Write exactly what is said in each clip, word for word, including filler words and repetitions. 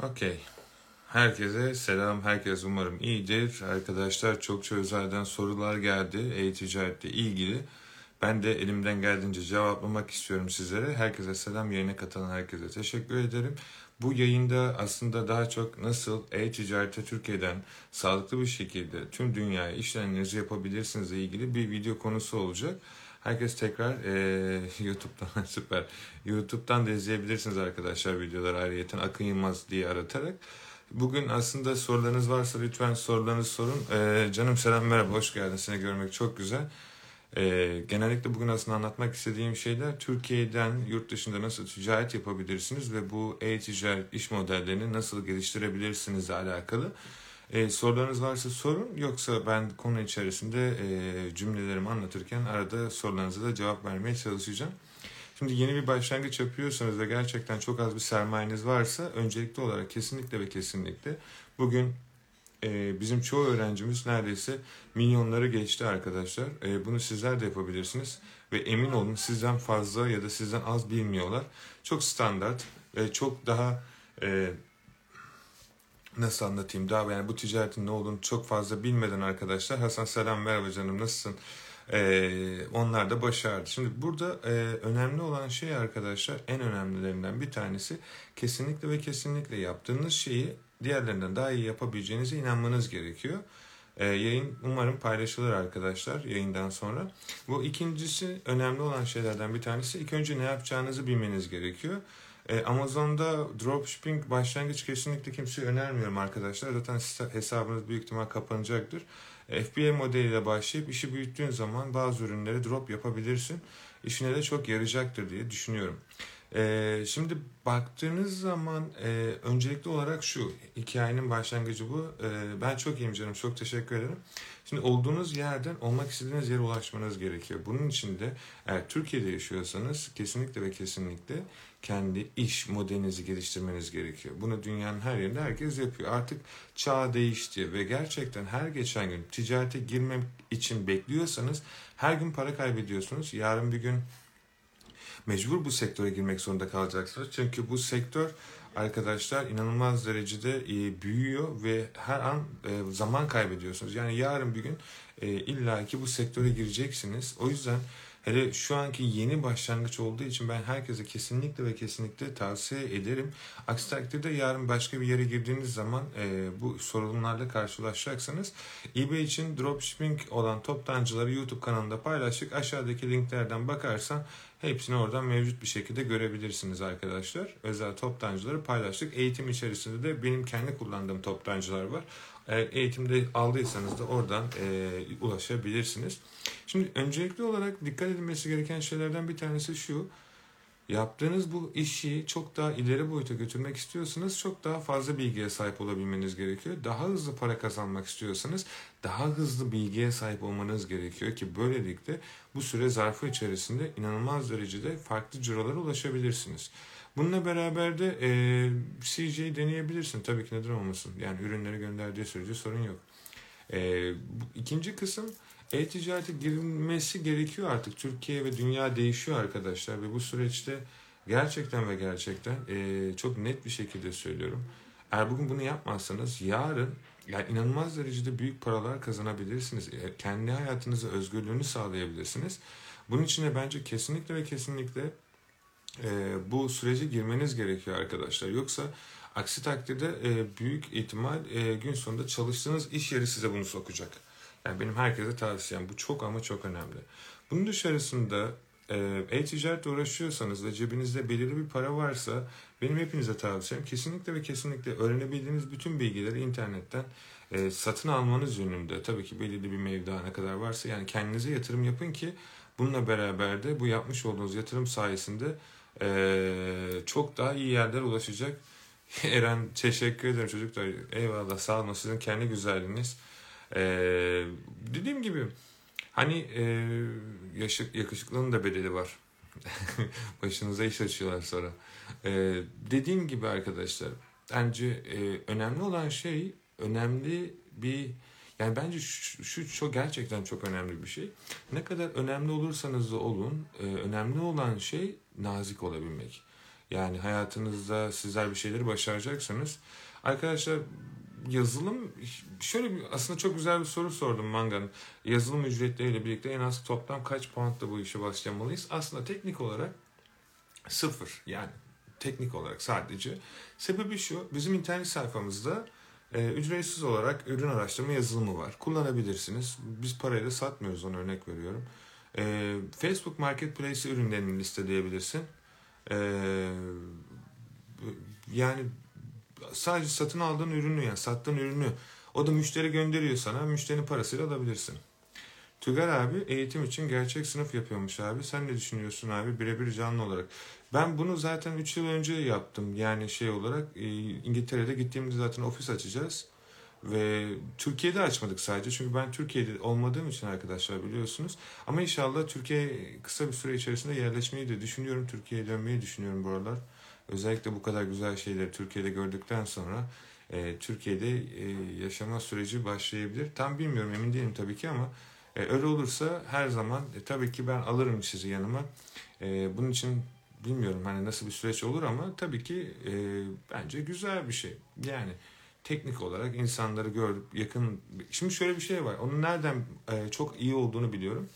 Okey. Herkese selam, herkes umarım iyidir. Arkadaşlar çokça özelden sorular geldi e-ticaretle ilgili. Ben de elimden geldiğince cevaplamak istiyorum sizlere. Herkese selam, yayına katılan herkese teşekkür ederim. Bu yayında aslında daha çok nasıl e-ticarete Türkiye'den sağlıklı bir şekilde tüm dünyaya işlemlerinizi yapabilirsiniz ile ilgili bir video konusu olacak. Herkes tekrar e, YouTube'dan süper. YouTube'dan da izleyebilirsiniz arkadaşlar videoları ayrıyeten Akın Yılmaz diye aratarak. Bugün aslında sorularınız varsa lütfen sorularınızı sorun. Ee, canım selam merhaba, hoş geldin. Seni görmek çok güzel. Ee, genellikle bugün aslında anlatmak istediğim şeyler Türkiye'den yurt dışında nasıl ticaret yapabilirsiniz ve bu e-ticaret iş modellerini nasıl geliştirebilirsiniz ile alakalı. Ee, sorularınız varsa sorun, yoksa ben konu içerisinde e, cümlelerimi anlatırken arada sorularınıza da cevap vermeye çalışacağım. Şimdi yeni bir başlangıç yapıyorsanız ve gerçekten çok az bir sermayeniz varsa öncelikli olarak kesinlikle ve kesinlikle bugün e, bizim çoğu öğrencimiz neredeyse milyonları geçti arkadaşlar. E, bunu sizler de yapabilirsiniz ve emin olun sizden fazla ya da sizden az bilmiyorlar. Çok standart, e, çok daha e, nasıl anlatayım daha yani bu ticaretin ne olduğunu çok fazla bilmeden arkadaşlar. Hasan selam merhaba canım, nasılsın? Ee, onlar da başardı. Şimdi burada e, önemli olan şey arkadaşlar, en önemlilerinden bir tanesi kesinlikle ve kesinlikle yaptığınız şeyi diğerlerinden daha iyi yapabileceğinize inanmanız gerekiyor. Ee, yayın umarım paylaşılır arkadaşlar yayından sonra. Bu ikincisi önemli olan şeylerden bir tanesi, ilk önce ne yapacağınızı bilmeniz gerekiyor. Ee, Amazon'da dropshipping başlangıç kesinlikle kimseye önermiyorum arkadaşlar. Zaten hesabınız büyük ihtimal kapanacaktır. F B A modeliyle başlayıp işi büyüttüğün zaman bazı ürünleri drop yapabilirsin. İşine de çok yarayacaktır diye düşünüyorum. Ee, şimdi baktığınız zaman e, öncelikli olarak şu hikayenin başlangıcı bu. Ee, ben çok iyiyim canım, çok teşekkür ederim. Şimdi olduğunuz yerden olmak istediğiniz yere ulaşmanız gerekiyor. Bunun için de eğer Türkiye'de yaşıyorsanız kesinlikle ve kesinlikle kendi iş modelinizi geliştirmeniz gerekiyor. Bunu dünyanın her yerinde herkes yapıyor. Artık çağ değişti ve gerçekten her geçen gün ticarete girmek için bekliyorsanız her gün para kaybediyorsunuz. Yarın bir gün mecbur bu sektöre girmek zorunda kalacaksınız. Çünkü bu sektör arkadaşlar inanılmaz derecede e, büyüyor ve her an e, zaman kaybediyorsunuz. Yani yarın bir gün e, illaki bu sektöre gireceksiniz. O yüzden hele şu anki yeni başlangıç olduğu için ben herkese kesinlikle ve kesinlikle tavsiye ederim. Aksi takdirde yarın başka bir yere girdiğiniz zaman e, bu sorunlarla karşılaşacaksınız. eBay için dropshipping olan toptancıları YouTube kanalında paylaştık. Aşağıdaki linklerden bakarsan hepsini oradan mevcut bir şekilde görebilirsiniz arkadaşlar. Özel toptancıları paylaştık. Eğitim içerisinde de benim kendi kullandığım toptancılar var. Eğer eğitimde aldıysanız da oradan e, ulaşabilirsiniz. Şimdi öncelikli olarak dikkat edilmesi gereken şeylerden bir tanesi şu. Yaptığınız bu işi çok daha ileri boyuta götürmek istiyorsanız çok daha fazla bilgiye sahip olabilmeniz gerekiyor. Daha hızlı para kazanmak istiyorsanız daha hızlı bilgiye sahip olmanız gerekiyor ki böylelikle bu süre zarfı içerisinde inanılmaz derecede farklı cirolara ulaşabilirsiniz. Bununla beraber de e, C J deneyebilirsin. Tabii ki neden olmasın. Yani ürünleri gönderdiği sürece sorun yok. E, bu, ikinci kısım e-ticarete girilmesi gerekiyor artık. Türkiye ve dünya değişiyor arkadaşlar ve bu süreçte gerçekten ve gerçekten e, çok net bir şekilde söylüyorum. Eğer bugün bunu yapmazsanız yarın yani inanılmaz derecede büyük paralar kazanabilirsiniz. E, kendi hayatınıza özgürlüğünü sağlayabilirsiniz. Bunun için de bence kesinlikle ve kesinlikle e, bu sürece girmeniz gerekiyor arkadaşlar. Yoksa aksi takdirde e, büyük ihtimal e, gün sonunda çalıştığınız iş yeri size bunu sokacak. Yani benim herkese tavsiyem bu, çok ama çok önemli. Bunun dışarısında e-ticaretle uğraşıyorsanız ve cebinizde belirli bir para varsa benim hepinize tavsiyem kesinlikle ve kesinlikle öğrenebildiğiniz bütün bilgileri internetten e, satın almanız yönünde. Tabii ki belirli bir mevdaa ne kadar varsa yani kendinize yatırım yapın ki bununla beraber de bu yapmış olduğunuz yatırım sayesinde e, çok daha iyi yerlere ulaşacak. Eren teşekkür ederim çocuklar. Eyvallah, sağ olun, sizin kendi güzelliğiniz. Ee, dediğim gibi hani e, yaşık, yakışıklının da bedeli var. Başınıza iş açıyorlar sonra. Ee, dediğim gibi arkadaşlar bence e, önemli olan şey önemli bir yani bence şu, şu çok gerçekten çok önemli bir şey. Ne kadar önemli olursanız da olun e, önemli olan şey nazik olabilmek. Yani hayatınızda sizler bir şeyleri başaracaksınız. Arkadaşlar yazılım şöyle bir aslında çok güzel bir soru sordum Manga'nın. Yazılım ücretleriyle birlikte en az toplam kaç puanla bu işe başlamalıyız? Aslında teknik olarak sıfır yani teknik olarak sadece. Sebebi şu, bizim internet sayfamızda e, ücretsiz olarak ürün araştırma yazılımı var. Kullanabilirsiniz. Biz parayla satmıyoruz, onu örnek veriyorum. E, Facebook Marketplace ürünlerini listeleyebilirsin. E, yani sadece satın aldığın ürünü yani sattığın ürünü o da müşteri gönderiyor sana. Müşterinin parasıyla alabilirsin. Tüger abi eğitim için gerçek sınıf yapıyormuş abi. Sen ne düşünüyorsun abi birebir canlı olarak? Ben bunu zaten üç yıl önce yaptım. Yani şey olarak e, İngiltere'de gittiğimizde zaten ofis açacağız. Ve Türkiye'de açmadık sadece. Çünkü ben Türkiye'de olmadığım için arkadaşlar biliyorsunuz. Ama inşallah Türkiye kısa bir süre içerisinde yerleşmeyi de düşünüyorum. Türkiye'ye dönmeyi düşünüyorum bu aralar. Özellikle bu kadar güzel şeyleri Türkiye'de gördükten sonra e, Türkiye'de e, yaşama süreci başlayabilir. Tam bilmiyorum, emin değilim tabii ki ama e, öyle olursa her zaman e, tabii ki ben alırım sizi yanıma. E, bunun için bilmiyorum hani nasıl bir süreç olur ama tabii ki e, bence güzel bir şey. Yani teknik olarak insanları görüp yakın... Şimdi şöyle bir şey var. Onun nereden e, çok iyi olduğunu biliyorum.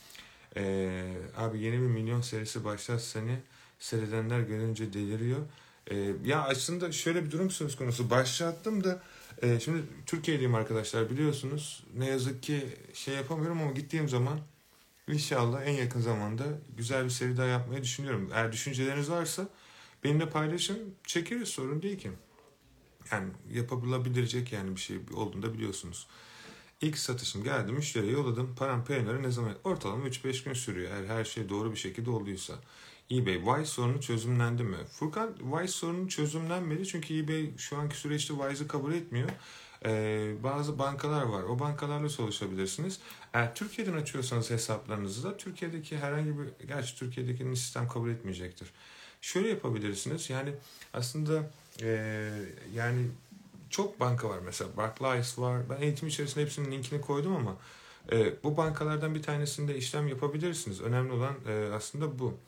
E, abi yeni bir milyon serisi başlar seni seyredenler görünce deliriyor. E, ya aslında şöyle bir durum söz konusu. Başlattım da e, şimdi Türkiye'deyim arkadaşlar biliyorsunuz. Ne yazık ki şey yapamıyorum ama gittiğim zaman inşallah en yakın zamanda güzel bir seri daha yapmayı düşünüyorum. Eğer düşünceleriniz varsa benimle paylaşın. Çekeriz, sorun değil ki. Yani yapılabilecek yani bir şey olduğunu biliyorsunuz. İlk satışım geldi, müşteriye yolladım. Param peyniri ne zaman? Ortalama üç beş gün sürüyor eğer her şey doğru bir şekilde olduysa. eBay, Wise sorunu çözümlendi mi? Furkan, Wise sorunu çözümlenmedi çünkü eBay şu anki süreçte Wise'ı kabul etmiyor. Ee, bazı bankalar var. O bankalarla çalışabilirsiniz. Eğer Türkiye'den açıyorsanız hesaplarınızı da Türkiye'deki herhangi bir, gerçi Türkiye'dekinin sistem kabul etmeyecektir. Şöyle yapabilirsiniz. Yani aslında ee, yani çok banka var mesela. Barclays var. Ben eğitim içerisinde hepsinin linkini koydum ama e, bu bankalardan bir tanesinde işlem yapabilirsiniz. Önemli olan e, aslında bu.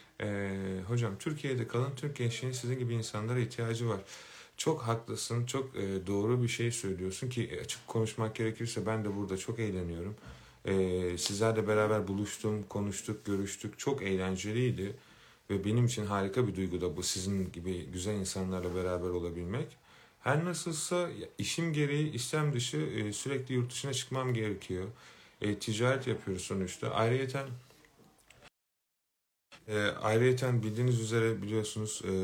E, hocam Türkiye'de kalın. Türk gençliğinin sizin gibi insanlara ihtiyacı var. Çok haklısın. Çok e, doğru bir şey söylüyorsun ki açık konuşmak gerekirse ben de burada çok eğleniyorum. E, sizlerle beraber buluştum, konuştuk, görüştük. Çok eğlenceliydi. Ve benim için harika bir duygu da bu. Sizin gibi güzel insanlarla beraber olabilmek. Her nasılsa işim gereği istem dışı e, sürekli yurt dışına çıkmam gerekiyor. E, ticaret yapıyoruz sonuçta. Ayrıyeten e, ayrıyeten bildiğiniz üzere biliyorsunuz e,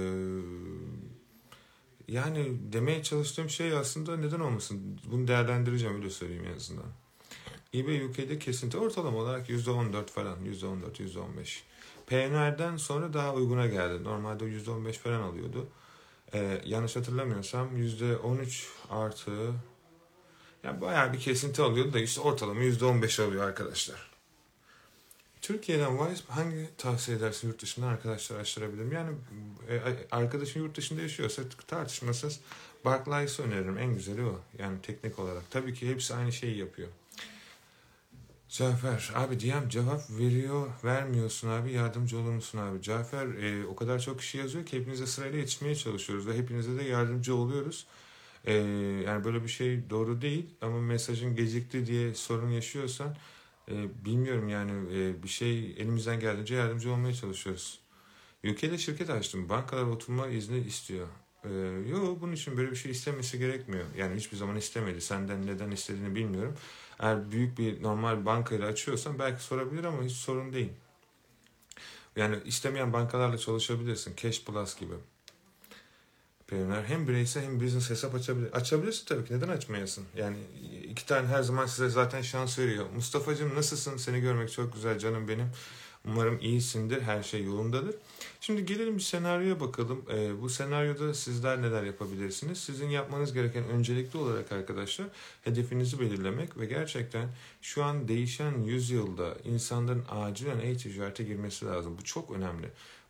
yani demeye çalıştığım şey aslında neden olmasın. Bunu değerlendireceğim, öyle söyleyeyim en azından. eBay U K'de kesinti ortalama olarak yüzde on dört falan. yüzde on dört yüzde on beş. P N R'den sonra daha uyguna geldi. Normalde yüzde on beş falan alıyordu. Ee, yanlış hatırlamıyorsam yüzde on üç artı yani bayağı bir kesinti alıyordu da işte ortalama yüzde on beş alıyor arkadaşlar. Türkiye'den Wise hangi tavsiye edersin yurt dışından arkadaşlar araştırabilirim? Yani e, arkadaşın yurt dışında yaşıyorsa tartışmasız Barclays'ı öneririm. En güzeli o. Yani teknik olarak. Tabii ki hepsi aynı şeyi yapıyor. Cafer abi diyem cevap veriyor vermiyorsun abi, yardımcı olur musun abi? Cafer e, o kadar çok kişi yazıyor ki hepinize sırayla yetişmeye çalışıyoruz ve hepinize de yardımcı oluyoruz. E, yani böyle bir şey doğru değil ama mesajın gecikti diye sorun yaşıyorsan e, bilmiyorum yani e, bir şey elimizden geldiğince yardımcı olmaya çalışıyoruz. U K'de şirket açtım, bankalar oturma izni istiyor. Ee, yok bunun için böyle bir şey istemesi gerekmiyor. Yani hiçbir zaman istemedi. Senden neden istediğini bilmiyorum. Eğer büyük bir normal bankayla açıyorsan belki sorabilir ama hiç sorun değil. Yani istemeyen bankalarla çalışabilirsin. Cash Plus gibi. Peygamber hem bireysel hem business hesap açabilir. Açabilirsin tabii ki. Neden açmayasın? Yani iki tane her zaman size zaten şans veriyor. Mustafa'cığım nasılsın? Seni görmek çok güzel canım benim. Umarım iyisindir. Her şey yolundadır. Şimdi gelelim bir senaryoya bakalım. Ee, bu senaryoda sizler neler yapabilirsiniz? Sizin yapmanız gereken öncelikli olarak arkadaşlar hedefinizi belirlemek ve gerçekten şu an değişen yüzyılda insanların acilen e-ticarete girmesi lazım. Bu çok önemli.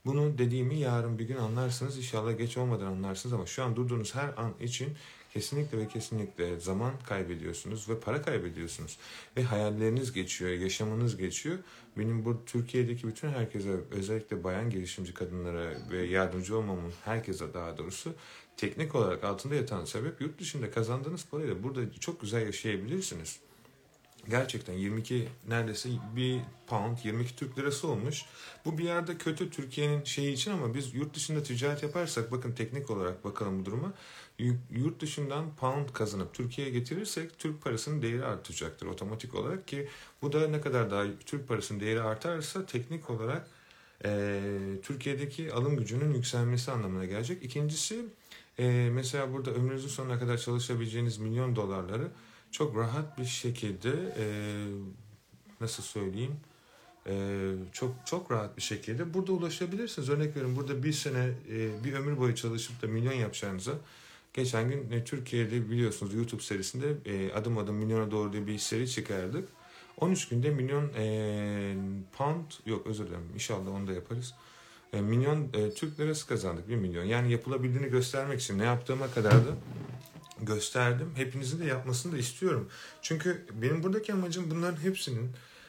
Bunu dediğimi yarın bir gün anlarsınız. İnşallah geç olmadan anlarsınız ama şu an durduğunuz her an için kesinlikle ve kesinlikle zaman kaybediyorsunuz ve para kaybediyorsunuz. Ve hayalleriniz geçiyor, yaşamınız geçiyor. Benim bu Türkiye'deki bütün herkese, özellikle bayan girişimci kadınlara ve yardımcı olmamın herkese daha doğrusu teknik olarak altında yatan sebep, yurt dışında kazandığınız parayla burada çok güzel yaşayabilirsiniz. Gerçekten yirmi iki, neredeyse bir pound yirmi iki Türk lirası olmuş. Bu bir yerde kötü Türkiye'nin şeyi için ama biz yurt dışında ticaret yaparsak, bakın teknik olarak bakalım bu duruma. Yurt dışından pound kazanıp Türkiye'ye getirirsek Türk parasının değeri artacaktır otomatik olarak, ki bu da ne kadar daha Türk parasının değeri artarsa teknik olarak e, Türkiye'deki alım gücünün yükselmesi anlamına gelecek. İkincisi, e, mesela burada ömrünüzün sonuna kadar çalışabileceğiniz milyon dolarları çok rahat bir şekilde, e, nasıl söyleyeyim, e, çok çok rahat bir şekilde burada ulaşabilirsiniz. Örnek veriyorum, burada bir sene, e, bir ömür boyu çalışıp da milyon yapacağınıza, geçen gün e, Türkiye'de biliyorsunuz YouTube serisinde e, adım adım milyona doğru diye bir seri çıkardık. on üç günde milyon e, pound, yok özür dilerim, inşallah onu da yaparız. E, milyon e, Türk lirası kazandık, bir milyon. Yani yapılabildiğini göstermek için ne yaptığıma kadar da gösterdim. Hepinizin de yapmasını da istiyorum. Çünkü benim buradaki amacım bunların hepsinin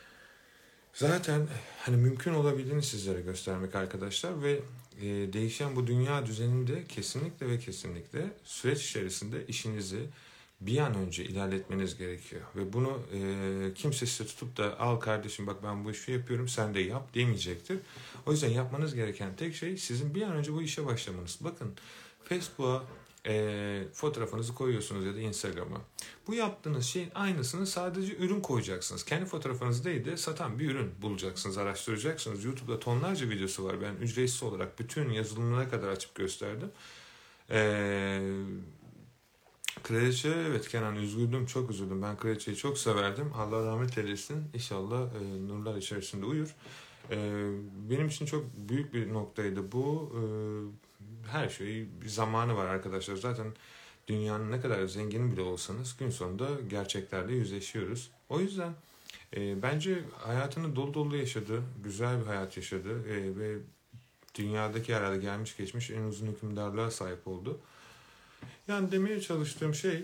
zaten hani mümkün olabildiğini sizlere göstermek arkadaşlar ve e, değişen bu dünya düzeninde kesinlikle ve kesinlikle süreç içerisinde işinizi bir an önce ilerletmeniz gerekiyor. Ve bunu e, kimse size tutup da al kardeşim bak ben bu işi yapıyorum sen de yap demeyecektir. O yüzden yapmanız gereken tek şey sizin bir an önce bu işe başlamanız. Bakın, Facebook'a e, fotoğrafınızı koyuyorsunuz ya da Instagram'a. Bu yaptığınız şeyin aynısını sadece ürün koyacaksınız. Kendi fotoğrafınız değil de satan bir ürün bulacaksınız, araştıracaksınız. YouTube'da tonlarca videosu var. Ben ücretsiz olarak bütün yazılımına kadar açıp gösterdim. Eee Kraliçe, evet Kenan, üzüldüm, çok üzüldüm. Ben Kraliçe'yi çok severdim. Allah rahmet eylesin. İnşallah e, nurlar içerisinde uyur. E, benim için çok büyük bir noktaydı bu. E, her şey bir zamanı var arkadaşlar. Zaten dünyanın ne kadar zengin bile olsanız gün sonunda gerçeklerle yüzleşiyoruz. O yüzden e, bence hayatını dolu dolu yaşadı. Güzel bir hayat yaşadı. E, ve dünyadaki herhalde gelmiş geçmiş en uzun hükümdarlığa sahip oldu. Yani demeye çalıştığım şey,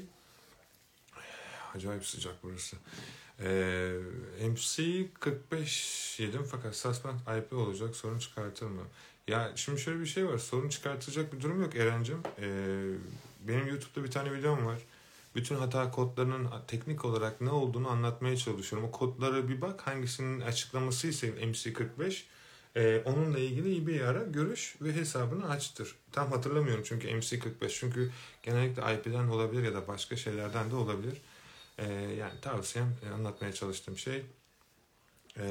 acayip sıcak burası. Ee, M C kırk beş yedim fakat suspend I P olacak, sorun çıkartır mı? Ya şimdi şöyle bir şey var, sorun çıkartacak bir durum yok Eren'cim. Ee, benim YouTube'da bir tane videom var. Bütün hata kodlarının teknik olarak ne olduğunu anlatmaya çalışıyorum. O kodlara bir bak, hangisinin açıklaması ise M C kırk beş. Ee, onunla ilgili iyi bir ara görüş ve hesabını açtır. Tam hatırlamıyorum çünkü M C kırk beş. Çünkü genellikle I P'den olabilir ya da başka şeylerden de olabilir. Ee, yani tavsiyem, e, anlatmaya çalıştığım şey. Ee,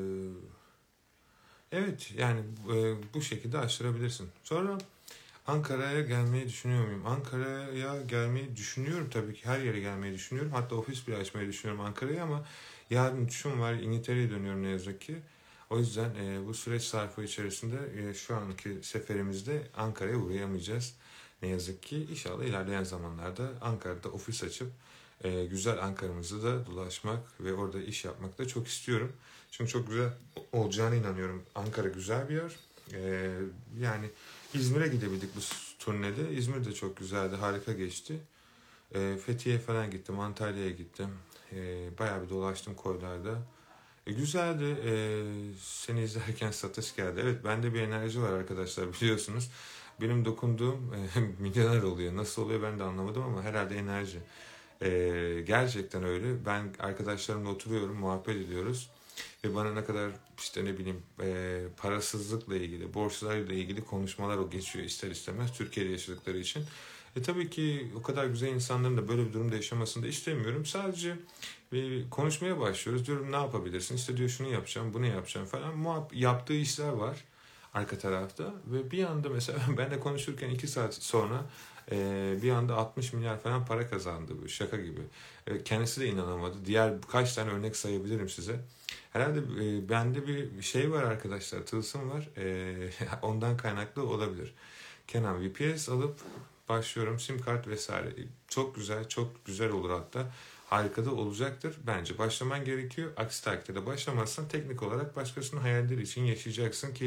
evet yani e, bu şekilde aşırabilirsin. Sonra Ankara'ya gelmeyi düşünüyor muyum? Ankara'ya gelmeyi düşünüyorum tabii ki. Her yere gelmeyi düşünüyorum. Hatta ofis bile açmayı düşünüyorum Ankara'ya ama yarın uçuşum var. İngiltere'ye dönüyorum ne yazık ki. O yüzden e, bu süreç sarfı içerisinde e, şu anki seferimizde Ankara'ya uğrayamayacağız. Ne yazık ki. İnşallah ilerleyen zamanlarda Ankara'da ofis açıp e, güzel Ankara'mızı da dolaşmak ve orada iş yapmak da çok istiyorum. Çünkü çok güzel olacağına inanıyorum. Ankara güzel bir yer. E, yani İzmir'e gidebildik bu turnede. İzmir de çok güzeldi, harika geçti. E, Fethiye'ye falan gittim, Antalya'ya gittim. E, bayağı bir dolaştım koylarda. E, güzeldi. E, seni izlerken satış geldi. Evet, bende bir enerji var arkadaşlar, biliyorsunuz. Benim dokunduğum e, milyoner oluyor. Nasıl oluyor ben de anlamadım ama herhalde enerji. E, gerçekten öyle. Ben arkadaşlarımla oturuyorum, muhabbet ediyoruz. Ve bana ne kadar işte ne bileyim e, parasızlıkla ilgili, borçlarla ilgili konuşmalar o geçiyor ister istemez Türkiye'de yaşadıkları için. E tabii ki o kadar güzel insanların da böyle bir durumda yaşamasını da istemiyorum. Sadece bir konuşmaya başlıyoruz. Diyorum ne yapabilirsin? İşte diyor şunu yapacağım, bunu yapacağım falan. Muhab yaptığı işler var arka tarafta. Ve bir anda mesela ben de konuşurken iki saat sonra e, bir anda altmış milyar falan para kazandı. Bu şaka gibi. E, kendisi de inanamadı. Diğer birkaç tane örnek sayabilirim size. Herhalde e, bende bir şey var arkadaşlar, tılsım var. E, ondan kaynaklı olabilir. Kenan V P S alıp başlıyorum, sim kart vesaire. Çok güzel, çok güzel olur hatta. Harika da olacaktır. Bence başlaman gerekiyor. Aksi takdirde başlamazsan teknik olarak başkasının hayalleri için yaşayacaksın ki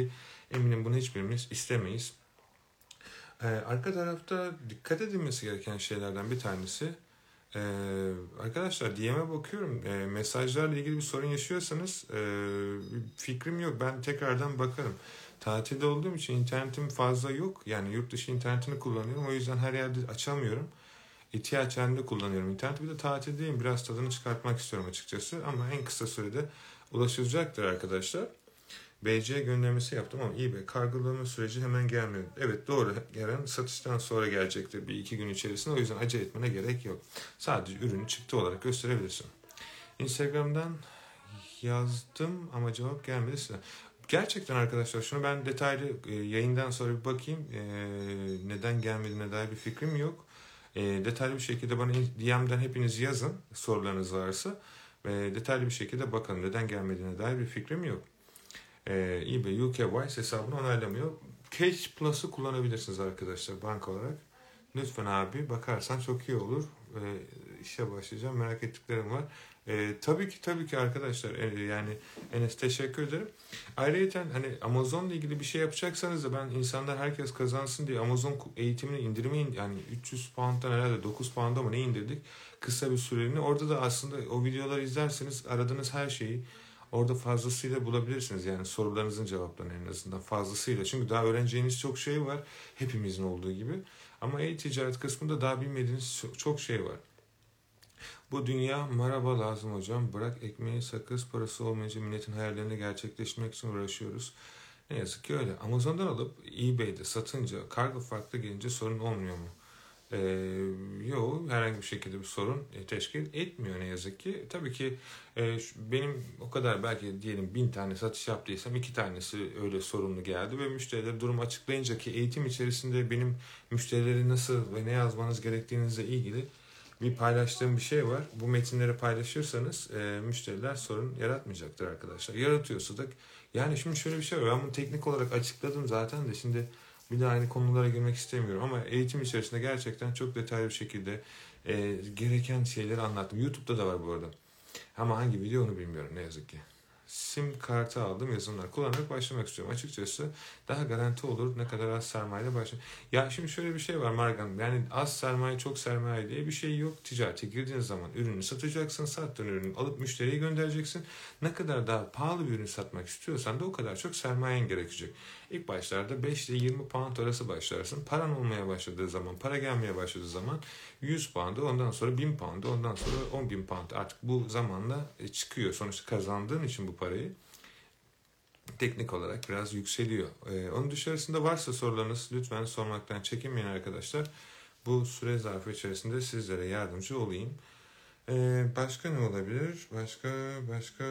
Eminim bunu hiçbirimiz istemeyiz. Ee, arka tarafta dikkat edilmesi gereken şeylerden bir tanesi, ee, arkadaşlar D M'e bakıyorum. Ee, mesajlarla ilgili bir sorun yaşıyorsanız e, fikrim yok. Ben tekrardan bakarım. Tatilde olduğum için internetim fazla yok. Yani yurt dışı internetini kullanıyorum. O yüzden her yerde açamıyorum. İhtiyaç halinde kullanıyorum interneti. Bir de tatildeyim. Biraz tadını çıkartmak istiyorum açıkçası. Ama en kısa sürede ulaşılacaktır arkadaşlar. B C göndermesi yaptım ama eBay kargolama süreci hemen gelmiyor. Evet doğru, gelen satıştan sonra gelecektir bir iki gün içerisinde. O yüzden acele etmene gerek yok. Sadece ürünü çıktı olarak gösterebilirsin. Instagram'dan yazdım ama cevap gelmedi size. Gerçekten arkadaşlar şunu ben detaylı e, yayından sonra bir bakayım. E, neden gelmediğine dair bir fikrim yok. E, detaylı bir şekilde bana D M'den hepiniz yazın sorularınız varsa. E, detaylı bir şekilde bakalım neden gelmediğine dair bir fikrim yok. Ee, eBay U K Wise hesabını onaylamıyor. Cash Plus'ı kullanabilirsiniz arkadaşlar banka olarak. Lütfen abi bakarsan çok iyi olur. Ee, işe başlayacağım. Merak ettiklerim var. Ee, tabii ki tabii ki arkadaşlar e, yani Enes teşekkür ederim. Ayrıca hani Amazon'la ilgili bir şey yapacaksanız da ben insanlar herkes kazansın diye Amazon eğitimini indirmeyin. Yani üç yüz pound'dan herhalde dokuz pound'a mı ne indirdik? Kısa bir süreliğine. Orada da aslında o videoları izlerseniz aradığınız her şeyi orada fazlasıyla bulabilirsiniz. Yani sorularınızın cevaplarını en azından fazlasıyla. Çünkü daha öğreneceğiniz çok şey var. Hepimizin olduğu gibi. Ama e-ticaret kısmında daha bilmediğiniz çok şey var. Bu dünya merhaba lazım hocam. Bırak ekmeği sakız parası olmayınca milletin hayallerini gerçekleştirmek için uğraşıyoruz. Ne yazık ki öyle. Amazon'dan alıp eBay'de satınca kargo farklı gelince sorun olmuyor mu? Ee, yok herhangi bir şekilde bir sorun e, teşkil etmiyor ne yazık ki. Tabii ki e, şu- benim o kadar belki diyelim bin tane satış yaptıysam iki tanesi öyle sorunlu geldi ve müşteriler durumu açıklayınca ki eğitim içerisinde benim müşterileri nasıl ve ne yazmanız gerektiğinizle ilgili bir paylaştığım bir şey var. Bu metinleri paylaşırsanız e, müşteriler sorun yaratmayacaktır arkadaşlar. Yaratıyorsa da yani şimdi şöyle bir şey var. Ben bunu teknik olarak açıkladım zaten de şimdi bir de aynı konulara girmek istemiyorum ama eğitim içerisinde gerçekten çok detaylı bir şekilde e, gereken şeyleri anlattım. YouTube'da da var bu arada. Ama hangi video onu bilmiyorum ne yazık ki. Sim kartı aldım yazılımlar kullanarak başlamak istiyorum. Açıkçası daha garanti olur ne kadar az sermayeyle başla. Ya şimdi şöyle bir şey var Margan. Yani az sermaye çok sermaye diye bir şey yok. Ticarete girdiğiniz zaman ürünü satacaksın. Sattığın ürünü alıp müşteriye göndereceksin. Ne kadar daha pahalı bir ürün satmak istiyorsan da o kadar çok sermayen gerekecek. İlk başlarda beş ile yirmi pound arası başlarsın. Paran olmaya başladığı zaman, para gelmeye başladığı zaman yüz pound'u ondan sonra bin pound'u ondan sonra on bin pound artık bu zamanla çıkıyor. Sonuçta kazandığın için bu parayı teknik olarak biraz yükseliyor. Ee, onun dışarısında varsa sorularınız lütfen sormaktan çekinmeyin arkadaşlar. Bu süre zarfı içerisinde sizlere yardımcı olayım. Ee, başka ne olabilir? Başka başka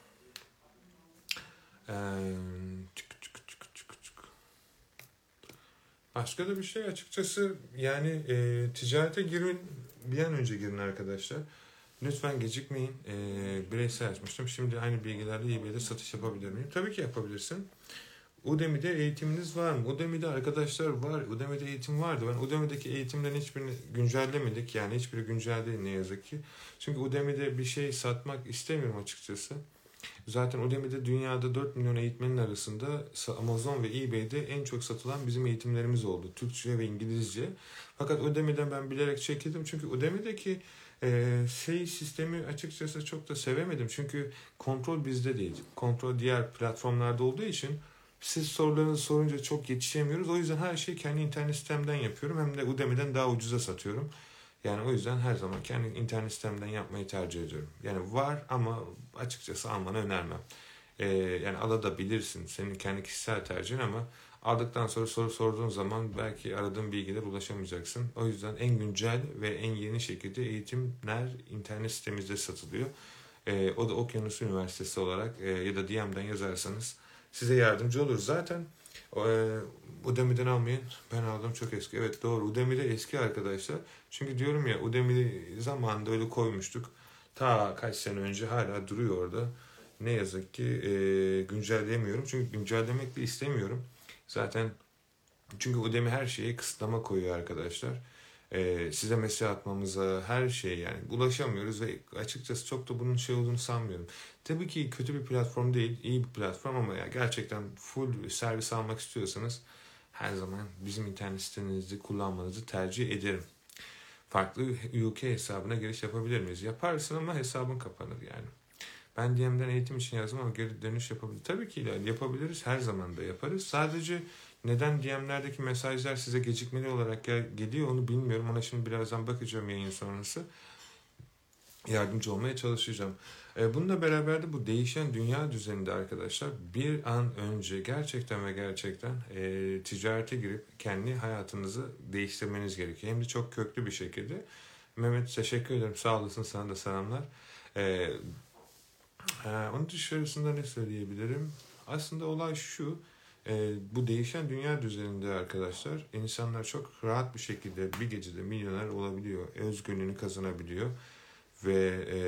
ee, çık, çık, çık, çık, çık. Başka da bir şey açıkçası yani e, ticarete girin bir an önce girin arkadaşlar. Lütfen gecikmeyin. E, bireysel açmıştım. Şimdi aynı bilgilerle eBay'de satış yapabilir miyim? Tabii ki yapabilirsin. Udemy'de eğitiminiz var mı? Udemy'de arkadaşlar var. Udemy'de eğitim vardı. Ben Udemy'deki eğitimlerin hiçbirini güncellemedik. Yani hiçbiri güncel değil ne yazık ki. Çünkü Udemy'de bir şey satmak istemiyorum açıkçası. Zaten Udemy'de dünyada dört milyon eğitmenin arasında Amazon ve eBay'de en çok satılan bizim eğitimlerimiz oldu. Türkçe ve İngilizce. Fakat Udemy'den ben bilerek çekildim. Çünkü Udemy'deki e, şey sistemi açıkçası çok da sevemedim. Çünkü kontrol bizde değil. Kontrol diğer platformlarda olduğu için siz sorularınızı sorunca çok yetişemiyoruz. O yüzden her şeyi kendi internet sitemden yapıyorum. Hem de Udemy'den daha ucuza satıyorum. Yani o yüzden her zaman kendi internet sitemden yapmayı tercih ediyorum. Yani var ama açıkçası almanı önermem. Ee, yani alabilirsin. Senin kendi kişisel tercihin ama aldıktan sonra soru sorduğun zaman belki aradığın bilgiler ulaşamayacaksın. O yüzden en güncel ve en yeni şekilde eğitimler internet sitemizde satılıyor. Ee, o da Okyanus Üniversitesi olarak e, ya da D M'den yazarsanız size yardımcı olur. Zaten e, Udemy'den almayın. Ben aldım çok eski. Evet doğru. Udemy'de eski arkadaşlar. Çünkü diyorum ya Udemy zamanında öyle koymuştuk. Ta kaç sene önce hala duruyor orada. Ne yazık ki e, güncelleyemiyorum. Çünkü güncellemek de istemiyorum. Zaten çünkü Udemy her şeye kısıtlama koyuyor arkadaşlar. Ee, size mesaj atmamıza, her şey yani ulaşamıyoruz ve açıkçası çok da bunun şey olduğunu sanmıyorum. Tabii ki kötü bir platform değil, iyi bir platform ama ya gerçekten full servis almak istiyorsanız her zaman bizim internet sitenizi kullanmanızı tercih ederim. Farklı U K hesabına giriş yapabilir miyiz? Yaparsın ama hesabın kapanır yani. Ben D M'den eğitim için yazdım ama geri dönüş yapabilir. Tabii ki yapabiliriz. Her zaman da yaparız. Sadece neden D M'lerdeki mesajlar size gecikmeli olarak gel- geliyor onu bilmiyorum. Ona şimdi birazdan bakacağım yayın sonrası. Yardımcı olmaya çalışacağım. E, bununla beraber de bu değişen dünya düzeninde arkadaşlar bir an önce gerçekten ve gerçekten e, ticarete girip kendi hayatınızı değiştirmeniz gerekiyor. Hem de çok köklü bir şekilde. Mehmet teşekkür ederim. Sağ olasın. Sana da selamlar. E, ee, onun dışarısında ne söyleyebilirim? Aslında olay şu, e, bu değişen dünya düzeninde arkadaşlar, insanlar çok rahat bir şekilde bir gecede milyoner olabiliyor, özgürlüğünü kazanabiliyor ve e,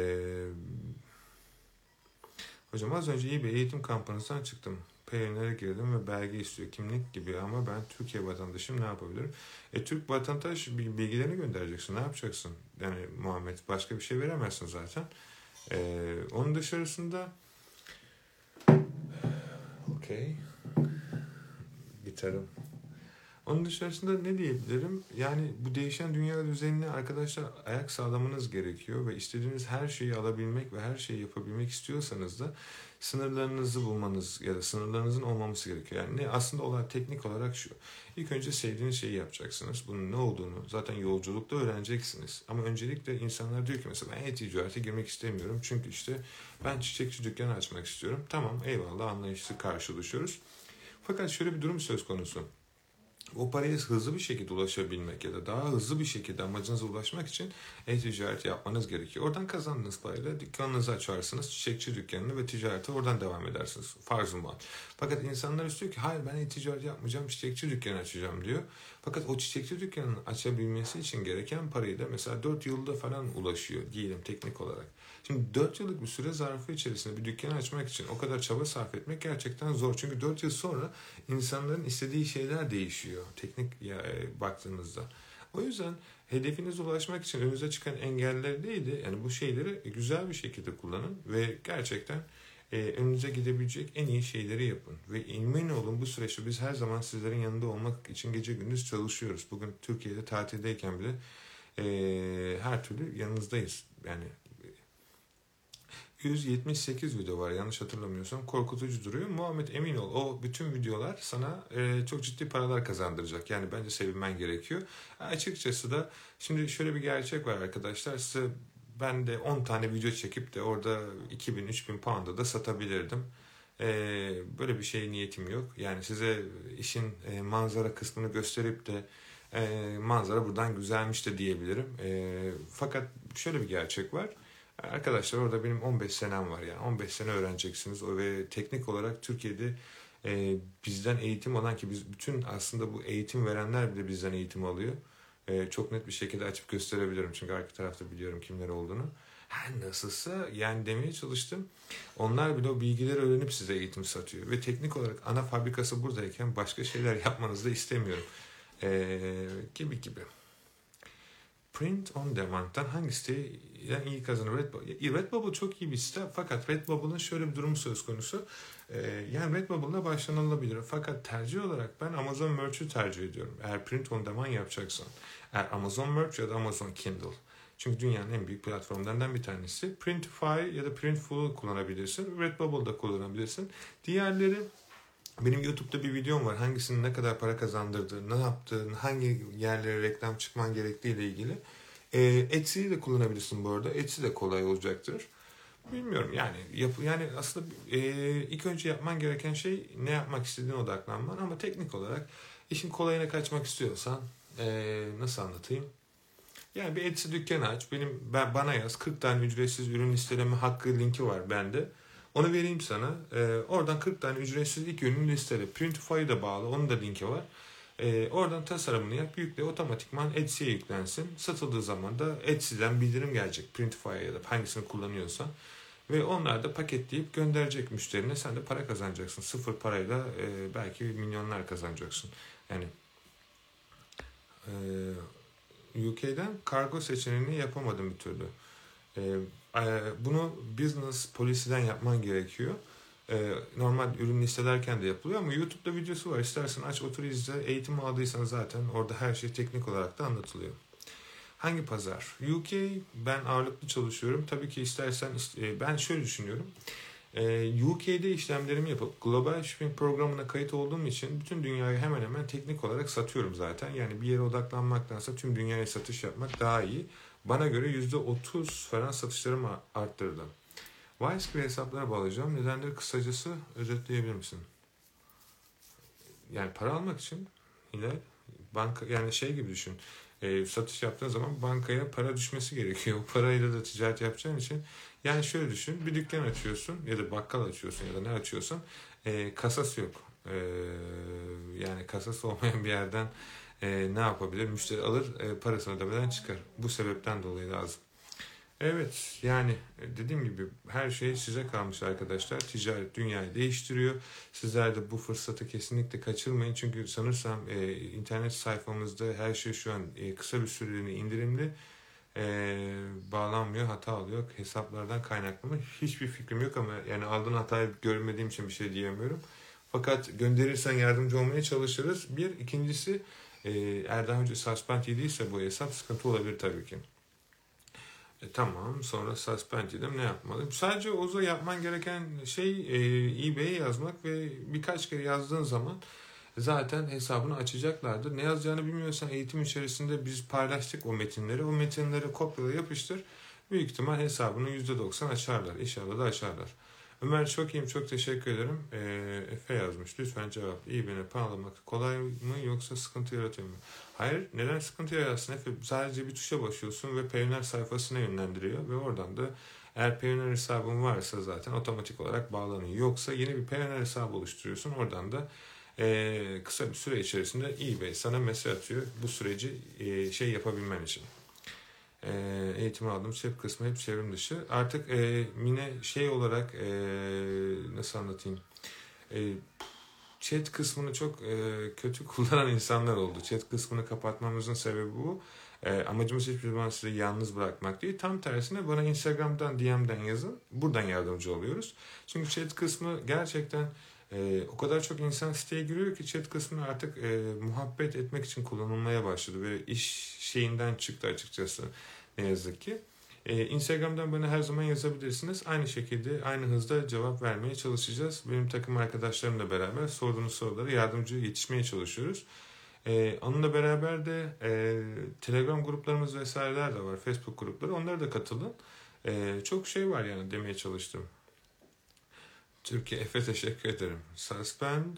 hocam az önce iyi bir eğitim kampanyasından çıktım. P Y N'lere girdim ve belge istiyor, kimlik gibi ama ben Türkiye vatandaşıyım ne yapabilirim? E Türk vatandaş bilgilerini göndereceksin, ne yapacaksın? Yani Muhammed başka bir şey veremezsin zaten. E, onun dışarısında okey. Gitarım. Onun dışarısında ne diyebilirim? Yani bu değişen dünya düzenine arkadaşlar ayak sağlamanız gerekiyor ve istediğiniz her şeyi alabilmek ve her şeyi yapabilmek istiyorsanız da sınırlarınızı bulmanız ya da sınırlarınızın olmaması gerekiyor. Yani ne aslında olay teknik olarak şu. İlk önce sevdiğiniz şeyi yapacaksınız. Bunun ne olduğunu zaten yolculukta öğreneceksiniz. Ama öncelikle insanlar diyor ki mesela ben e-ticarete girmek istemiyorum. Çünkü işte ben çiçekçi dükkanı açmak istiyorum. Tamam eyvallah anlayışlı karşılaşıyoruz. Fakat şöyle bir durum söz konusu. O paraya hızlı bir şekilde ulaşabilmek ya da daha hızlı bir şekilde amacınıza ulaşmak için e-ticaret yapmanız gerekiyor. Oradan kazandığınız parayla dükkanınızı açarsınız, çiçekçi dükkanını ve ticarete oradan devam edersiniz. Farz-ı mahal. Fakat insanlar istiyor ki hayır ben e-ticaret yapmayacağım, çiçekçi dükkanı açacağım diyor. Fakat o çiçekçi dükkanını açabilmesi için gereken parayı da mesela dört yılda falan ulaşıyor diyelim teknik olarak. Şimdi dört yıllık bir süre zarfı içerisinde bir dükkanı açmak için o kadar çaba sarf etmek gerçekten zor. Çünkü dört yıl sonra insanların istediği şeyler değişiyor teknik ya, e, baktığınızda. O yüzden hedefinize ulaşmak için önünüze çıkan engeller değil de yani bu şeyleri güzel bir şekilde kullanın ve gerçekten e, önünüze gidebilecek en iyi şeyleri yapın. Ve emin olun bu süreçte biz her zaman sizlerin yanında olmak için gece gündüz çalışıyoruz. Bugün Türkiye'de tatildeyken bile e, her türlü yanınızdayız. Yani yüz yetmiş sekiz video var yanlış hatırlamıyorsam. Korkutucu duruyor. Muhammed emin ol o bütün videolar sana e, çok ciddi paralar kazandıracak. Yani bence sevinmen gerekiyor. Açıkçası da şimdi şöyle bir gerçek var arkadaşlar. Size ben de on tane video çekip de orada iki bin üç bin pound'a da satabilirdim. E, böyle bir şey niyetim yok. Yani size işin e, manzara kısmını gösterip de e, manzara buradan güzelmiş de diyebilirim. E, fakat şöyle bir gerçek var. Arkadaşlar orada benim on beş senem var yani on beş sene öğreneceksiniz o ve teknik olarak Türkiye'de e, bizden eğitim alan ki biz bütün aslında bu eğitim verenler bile bizden eğitim alıyor. E, çok net bir şekilde açıp gösterebilirim çünkü arka tarafta biliyorum kimler olduğunu. Her nasılsa yani demeye çalıştım. Onlar bile o bilgileri öğrenip size eğitim satıyor ve teknik olarak ana fabrikası buradayken başka şeyler yapmanızı da istemiyorum. E, gibi gibi. Print on Demand'dan hangi siteden iyi kazanır? Redbubble. Redbubble çok iyi bir site fakat Redbubble'ın şöyle bir durumu söz konusu. Ee, yani Redbubble'la başlanılabilir fakat tercih olarak ben Amazon Merch'ü tercih ediyorum. Eğer print on demand yapacaksan. Eğer Amazon Merch ya da Amazon Kindle. Çünkü dünyanın en büyük platformlarından bir tanesi. Printify ya da Printful'u kullanabilirsin. Redbubble'da kullanabilirsin. Diğerleri benim YouTube'da bir videom var. Hangisinin ne kadar para kazandırdığını, ne yaptığını, hangi yerlere reklam çıkman gerektiği ile ilgili. E, Etsy'yi de kullanabilirsin bu arada. Etsy de kolay olacaktır. Bilmiyorum yani yap, yani aslında e, ilk önce yapman gereken şey ne yapmak istediğine odaklanman ama teknik olarak işin kolayına kaçmak istiyorsan e, nasıl anlatayım? Yani bir Etsy dükkanı aç. Benim ben bana yaz. kırk tane ücretsiz ürün listeleme hakkı linki var bende. Onu vereyim sana. Ee, oradan kırk tane ücretsiz ilk ürünü listele. Printify'ı da bağlı. Onun da linki var. Ee, oradan tasarımını yap. Yükle. Otomatikman Etsy'ye yüklensin. Satıldığı zaman da Etsy'den bildirim gelecek. Printify'a ya da hangisini kullanıyorsan. Ve onlar da paketleyip gönderecek müşterine. Sen de para kazanacaksın. Sıfır parayla e, belki milyonlar kazanacaksın. Yani e, U K'den kargo seçeneğini yapamadım bir türlü. Ee, e, bunu business policiden yapman gerekiyor. Ee, normal ürün listelerken de yapılıyor ama YouTube'da videosu var. İstersen aç otur izle. Eğitim aldıysan zaten orada her şey teknik olarak da anlatılıyor. Hangi pazar? U K ben ağırlıklı çalışıyorum. Tabii ki istersen e, ben şöyle düşünüyorum. E, U K'de işlemlerimi yapıp global shipping programına kayıt olduğum için bütün dünyayı hemen hemen teknik olarak satıyorum zaten. Yani bir yere odaklanmaktansa tüm dünyaya satış yapmak daha iyi. Bana göre yüzde otuz falan satışlarımı arttırdı. Wise gibi hesaplara bağlayacağım. Nedenleri kısacası özetleyebilir misin? Yani para almak için yine banka yani şey gibi düşün. E, satış yaptığın zaman bankaya para düşmesi gerekiyor. O parayla da ticaret yapacağın için. Yani şöyle düşün. Bir dükkan açıyorsun ya da bakkal açıyorsun ya da ne açıyorsan e, kasası yok. E, yani kasası olmayan bir yerden e, ne yapabilir? Müşteri alır e, parasını ödemeden çıkar. Bu sebepten dolayı lazım. Evet yani dediğim gibi her şey size kalmış arkadaşlar. Ticaret dünyayı değiştiriyor. Sizler de bu fırsatı kesinlikle kaçırmayın. Çünkü sanırsam e, internet sayfamızda her şey şu an e, kısa bir süreliğine indirimli. E, bağlanmıyor, hata alıyor. Hesaplardan kaynaklı mı? Hiçbir fikrim yok ama yani aldığın hatayı görmediğim için bir şey diyemiyorum. Fakat gönderirsen yardımcı olmaya çalışırız. Bir, ikincisi e, eğer daha önce suspend yediyse bu hesap sıkıntı olabilir tabii ki. E, tamam sonra suspend edip ne yapmalıyım? Sadece Oza yapman gereken şey e, eBay'e yazmak ve birkaç kere yazdığın zaman zaten hesabını açacaklardır. Ne yazacağını bilmiyorsan eğitim içerisinde biz paylaştık o metinleri. O metinleri kopyala yapıştır. Büyük ihtimal hesabını yüzde doksan açarlar. İnşallah da açarlar. Ömer çok iyiyim, çok teşekkür ederim. Ee, Efe yazmış. Lütfen cevap. İyi beni bağlamak kolay mı yoksa sıkıntı yaratıyor mu? Hayır. Neden sıkıntı yaratsın Efe? Sadece bir tuşa basıyorsun ve Payoneer sayfasına yönlendiriyor ve oradan da eğer Payoneer hesabın varsa zaten otomatik olarak bağlanıyor. Yoksa yeni bir Payoneer hesabı oluşturuyorsun. Oradan da e, kısa bir süre içerisinde eBay sana mesaj atıyor bu süreci e, şey yapabilmen için. E, eğitim aldım. Chat kısmı hep çevrim dışı. Artık e, Mine şey olarak e, nasıl anlatayım? E, chat kısmını çok e, kötü kullanan insanlar oldu. Chat kısmını kapatmamızın sebebi bu. E, amacımız hiçbir zaman sizi yalnız bırakmak değil. Tam tersine bana Instagram'dan D M'den yazın. Buradan yardımcı oluyoruz. Çünkü chat kısmı gerçekten e, o kadar çok insan siteye giriyor ki chat kısmı artık e, muhabbet etmek için kullanılmaya başladı. Ve iş şeyinden çıktı açıkçası. Ne yazık ki. Ee, Instagram'dan bana her zaman yazabilirsiniz. Aynı şekilde aynı hızda cevap vermeye çalışacağız. Benim takım arkadaşlarımla beraber sorduğunuz sorulara yardımcı yetişmeye çalışıyoruz. Ee, onunla beraber de e, Telegram gruplarımız vesaireler de var. Facebook grupları. Onlara da katılın. Ee, çok şey var yani demeye çalıştım. Türkiye Efe teşekkür ederim. Suspend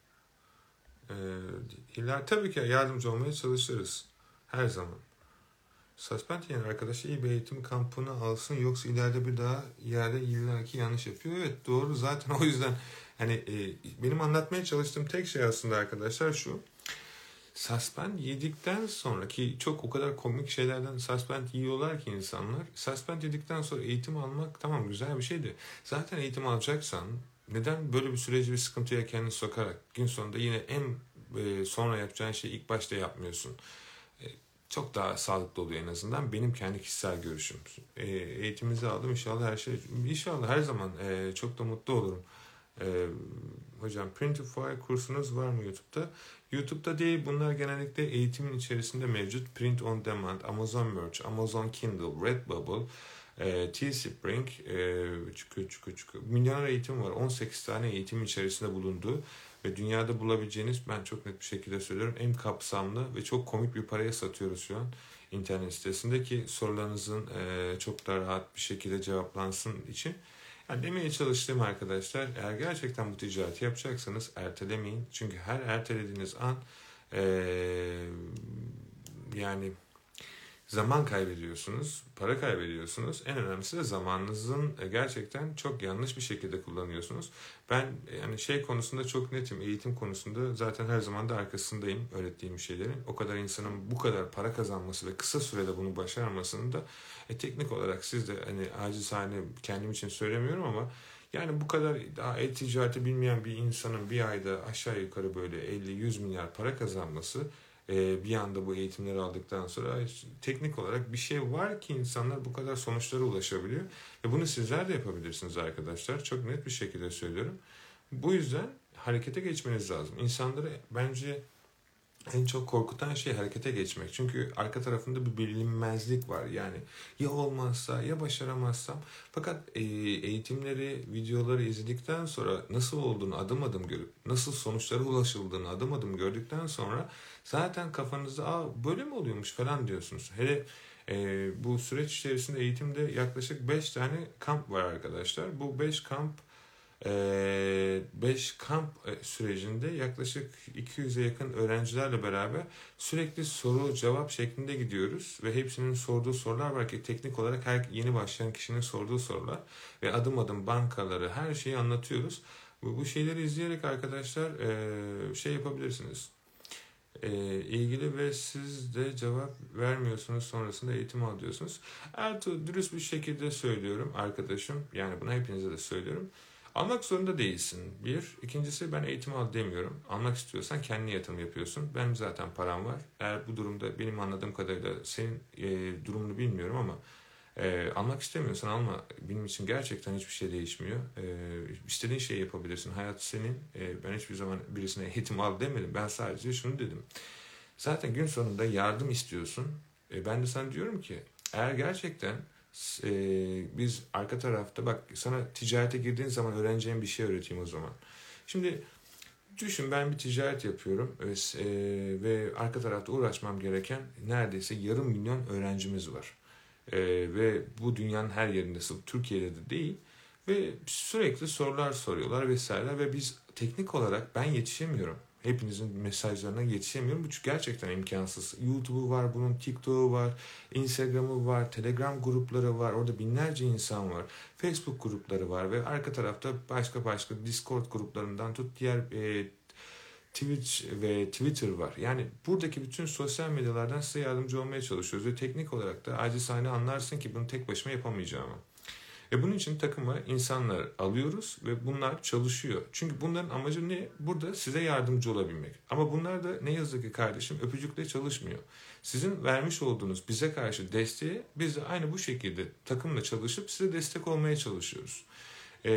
e, iler tabii ki yardımcı olmaya çalışırız. Her zaman. Suspend yani arkadaşı iyi bir eğitim kampını alsın yoksa ileride bir daha yerde illaki yanlış yapıyor. Evet doğru zaten o yüzden hani e, benim anlatmaya çalıştığım tek şey aslında arkadaşlar şu. Suspend yedikten sonra ki çok o kadar komik şeylerden suspend yiyorlar ki insanlar. Suspend yedikten sonra eğitim almak tamam güzel bir şeydi. Zaten eğitim alacaksan neden böyle bir süreci bir sıkıntıya kendini sokarak gün sonunda yine en e, sonra yapacağın şeyi ilk başta yapmıyorsun. E, çok daha sağlıklı oluyor en azından. Benim kendi kişisel görüşüm. E, eğitimimizi aldım inşallah her şey. İnşallah her zaman e, çok da mutlu olurum. E, hocam Printify kursunuz var mı YouTube'da? YouTube'da değil. Bunlar genellikle eğitimin içerisinde mevcut. Print on Demand, Amazon Merch, Amazon Kindle, Redbubble, e, Teespring, e, çıkıyor, çıkıyor, çıkıyor. Milyonlar eğitim var. on sekiz tane eğitim içerisinde bulunduğu ve dünyada bulabileceğiniz ben çok net bir şekilde söylüyorum en kapsamlı ve çok komik bir paraya satıyoruz şu an internet sitesindeki sorularınızın e, çok daha rahat bir şekilde cevaplansın için. Yani demeye çalıştığım arkadaşlar eğer gerçekten bu ticareti yapacaksanız ertelemeyin. Çünkü her ertelediğiniz an e, yani zaman kaybediyorsunuz, para kaybediyorsunuz. En önemlisi de zamanınızın gerçekten çok yanlış bir şekilde kullanıyorsunuz. Ben yani şey konusunda çok netim, eğitim konusunda zaten her zaman da arkasındayım öğrettiğim şeylerin. O kadar insanın bu kadar para kazanması ve kısa sürede bunu başarmasını da e, teknik olarak siz de hani acizane kendim için söylemiyorum ama yani bu kadar daha e-ticareti bilmeyen bir insanın bir ayda aşağı yukarı böyle elli yüz milyar para kazanması e, bir anda bu eğitimleri aldıktan sonra teknik olarak bir şey var ki insanlar bu kadar sonuçlara ulaşabiliyor. Ve bunu sizler de yapabilirsiniz arkadaşlar. Çok net bir şekilde söylüyorum. Bu yüzden harekete geçmeniz lazım. İnsanları bence en çok korkutan şey harekete geçmek. Çünkü arka tarafında bir bilinmezlik var. Yani ya olmazsa ya başaramazsam. Fakat e, eğitimleri, videoları izledikten sonra nasıl olduğunu adım adım görüp nasıl sonuçlara ulaşıldığını adım adım gördükten sonra zaten kafanızda aa böyle mi oluyormuş falan diyorsunuz. Hele e, bu süreç içerisinde eğitimde yaklaşık beş tane kamp var arkadaşlar. Bu beş kamp beş kamp sürecinde yaklaşık iki yüze yakın öğrencilerle beraber sürekli soru cevap şeklinde gidiyoruz ve hepsinin sorduğu sorular var ki teknik olarak her yeni başlayan kişinin sorduğu sorular ve adım adım bankaları her şeyi anlatıyoruz. Bu, bu şeyleri izleyerek arkadaşlar şey yapabilirsiniz. E, ilgili ve siz de cevap vermiyorsunuz, sonrasında eğitim alıyorsunuz. Evet, dürüst bir şekilde söylüyorum arkadaşım, yani bunu hepinize de söylüyorum. Almak zorunda değilsin. Bir. İkincisi, ben eğitim al demiyorum. Almak istiyorsan kendi yatırım yapıyorsun. Benim zaten param var. Eğer bu durumda benim anladığım kadarıyla senin e, durumunu bilmiyorum ama e, almak istemiyorsan alma. Benim için gerçekten hiçbir şey değişmiyor. E, istediğin şeyi yapabilirsin. Hayat senin. E, ben hiçbir zaman birisine eğitim al demedim. Ben sadece şunu dedim. Zaten gün sonunda yardım istiyorsun. E, ben de sana diyorum ki eğer gerçekten e, biz arka tarafta bak sana ticarete girdiğin zaman öğreneceğin bir şey öğreteyim o zaman. Şimdi düşün, ben bir ticaret yapıyorum e, ve arka tarafta uğraşmam gereken neredeyse yarım milyon öğrencimiz var. E, ve bu dünyanın her yerinde, sırf Türkiye'de de değil. Ve sürekli sorular soruyorlar vesaire ve biz teknik olarak ben yetişemiyorum. Hepinizin mesajlarına yetişemiyorum. Bu gerçekten imkansız. YouTube'u var, bunun TikTok'u var, Instagram'ı var, Telegram grupları var. Orada binlerce insan var. Facebook grupları var ve arka tarafta başka başka Discord gruplarından tut diğer e, Twitch ve Twitter var. Yani buradaki bütün sosyal medyalardan size yardımcı olmaya çalışıyoruz ve teknik olarak da acizane anlarsın ki bunu tek başıma yapamayacağımı. Ve bunun için takıma insanlar alıyoruz ve bunlar çalışıyor. Çünkü bunların amacı ne? Burada size yardımcı olabilmek. Ama bunlar da ne yazık ki kardeşim öpücükle çalışmıyor. Sizin vermiş olduğunuz bize karşı desteği biz de aynı bu şekilde takımla çalışıp size destek olmaya çalışıyoruz. Ee,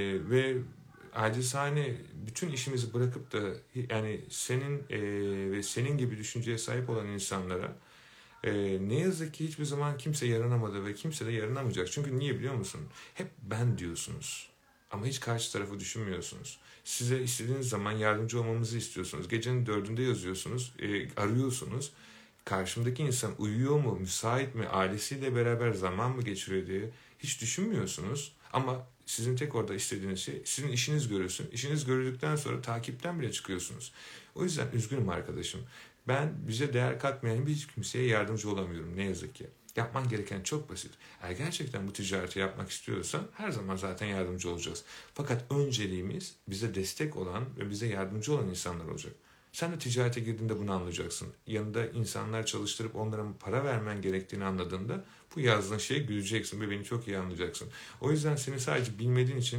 ve acizane bütün işimizi bırakıp da yani senin e, ve senin gibi düşünceye sahip olan insanlara Ee, ne yazık ki hiçbir zaman kimse yaranamadı ve kimse de yaranamayacak. Çünkü niye biliyor musun? Hep ben diyorsunuz. Ama hiç karşı tarafı düşünmüyorsunuz. Size istediğiniz zaman yardımcı olmamızı istiyorsunuz. Gecenin dördünde yazıyorsunuz, e, arıyorsunuz. Karşımdaki insan uyuyor mu, müsait mi, ailesiyle beraber zaman mı geçiriyor diye hiç düşünmüyorsunuz. Ama sizin tek orada istediğiniz şey sizin işiniz görülsün. İşiniz görüldükten sonra takipten bile çıkıyorsunuz. O yüzden üzgünüm arkadaşım. Ben bize değer katmayan hiç kimseye yardımcı olamıyorum ne yazık ki. Yapman gereken çok basit. Eğer gerçekten bu ticareti yapmak istiyorsan her zaman zaten yardımcı olacağız. Fakat önceliğimiz bize destek olan ve bize yardımcı olan insanlar olacak. Sen de ticarete girdiğinde bunu anlayacaksın. Yanında insanlar çalıştırıp onlara para vermen gerektiğini anladığında bu yazdığın şeye güleceksin ve beni çok iyi anlayacaksın. O yüzden seni sadece bilmediğin için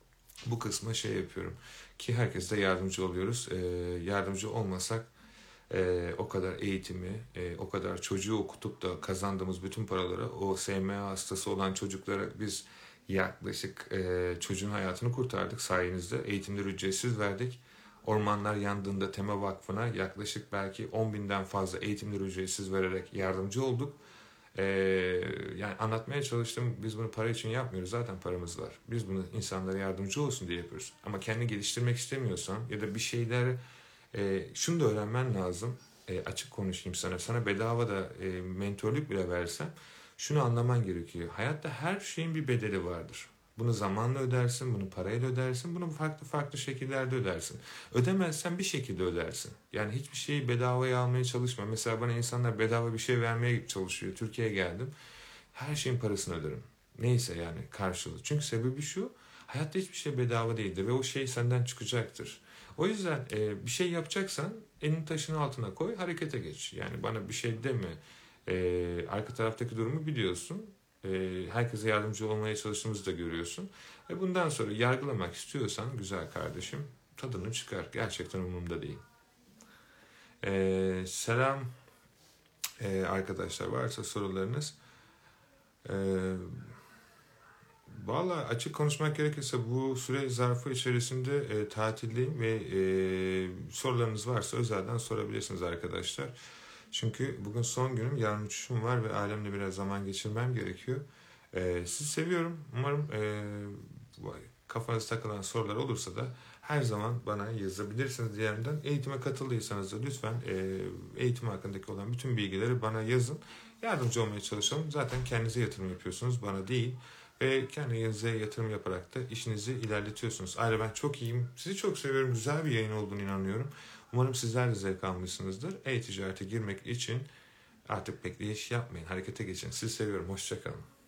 bu kısma şey yapıyorum. Ki herkese yardımcı oluyoruz. Ee, yardımcı olmasak Ee, o kadar eğitimi, e, o kadar çocuğu okutup da kazandığımız bütün paraları o S M A hastası olan çocuklara biz yaklaşık e, çocuğun hayatını kurtardık sayenizde. Eğitimleri ücretsiz verdik. Ormanlar yandığında Tema Vakfı'na yaklaşık belki on binden fazla eğitimleri ücretsiz vererek yardımcı olduk. Ee, yani anlatmaya çalıştım, biz bunu para için yapmıyoruz, zaten paramız var. Biz bunu insanlara yardımcı olsun diye yapıyoruz. Ama kendini geliştirmek istemiyorsan ya da bir şeyler e, şunu da öğrenmen lazım. E, açık konuşayım sana. Sana bedava da e, mentörlük bile versem şunu anlaman gerekiyor. Hayatta her şeyin bir bedeli vardır. Bunu zamanla ödersin, bunu parayla ödersin, bunu farklı farklı şekillerde ödersin. Ödemezsen bir şekilde ödersin. Yani hiçbir şeyi bedavaya almaya çalışma. Mesela bana insanlar bedava bir şey vermeye çalışıyor. Türkiye'ye geldim. Her şeyin parasını öderim. Neyse yani karşılığı. Çünkü sebebi şu, hayatta hiçbir şey bedava değildir ve o şey senden çıkacaktır. O yüzden e, bir şey yapacaksan elini taşın altına koy, harekete geç. Yani bana bir şey deme. E, arka taraftaki durumu biliyorsun. E, herkese yardımcı olmaya çalıştığımızı da görüyorsun. Ve bundan sonra yargılamak istiyorsan güzel kardeşim tadını çıkar. Gerçekten umurumda değil. Ee, selam ee, arkadaşlar, varsa sorularınız. Ee, Valla açık konuşmak gerekirse bu süre zarfı içerisinde e, tatildeyim ve e, sorularınız varsa özelden sorabilirsiniz arkadaşlar. Çünkü bugün son günüm, yarın uçuşum var ve ailemle biraz zaman geçirmem gerekiyor. E, sizi seviyorum. Umarım e, kafanıza takılan sorular olursa da her zaman bana yazabilirsiniz D M'den. Eğitime katıldıysanız da lütfen e, eğitim hakkındaki olan bütün bilgileri bana yazın. Yardımcı olmaya çalışalım. Zaten kendinize yatırım yapıyorsunuz, bana değil. Ve kendinize yatırım yaparak da işinizi ilerletiyorsunuz. Ayrıca ben çok iyiyim. Sizi çok seviyorum. Güzel bir yayın olduğunu inanıyorum. Umarım sizler de zevk almışsınızdır. E-ticarete girmek için artık bekleyiş yapmayın. Harekete geçin. Sizi seviyorum. Hoşça kalın.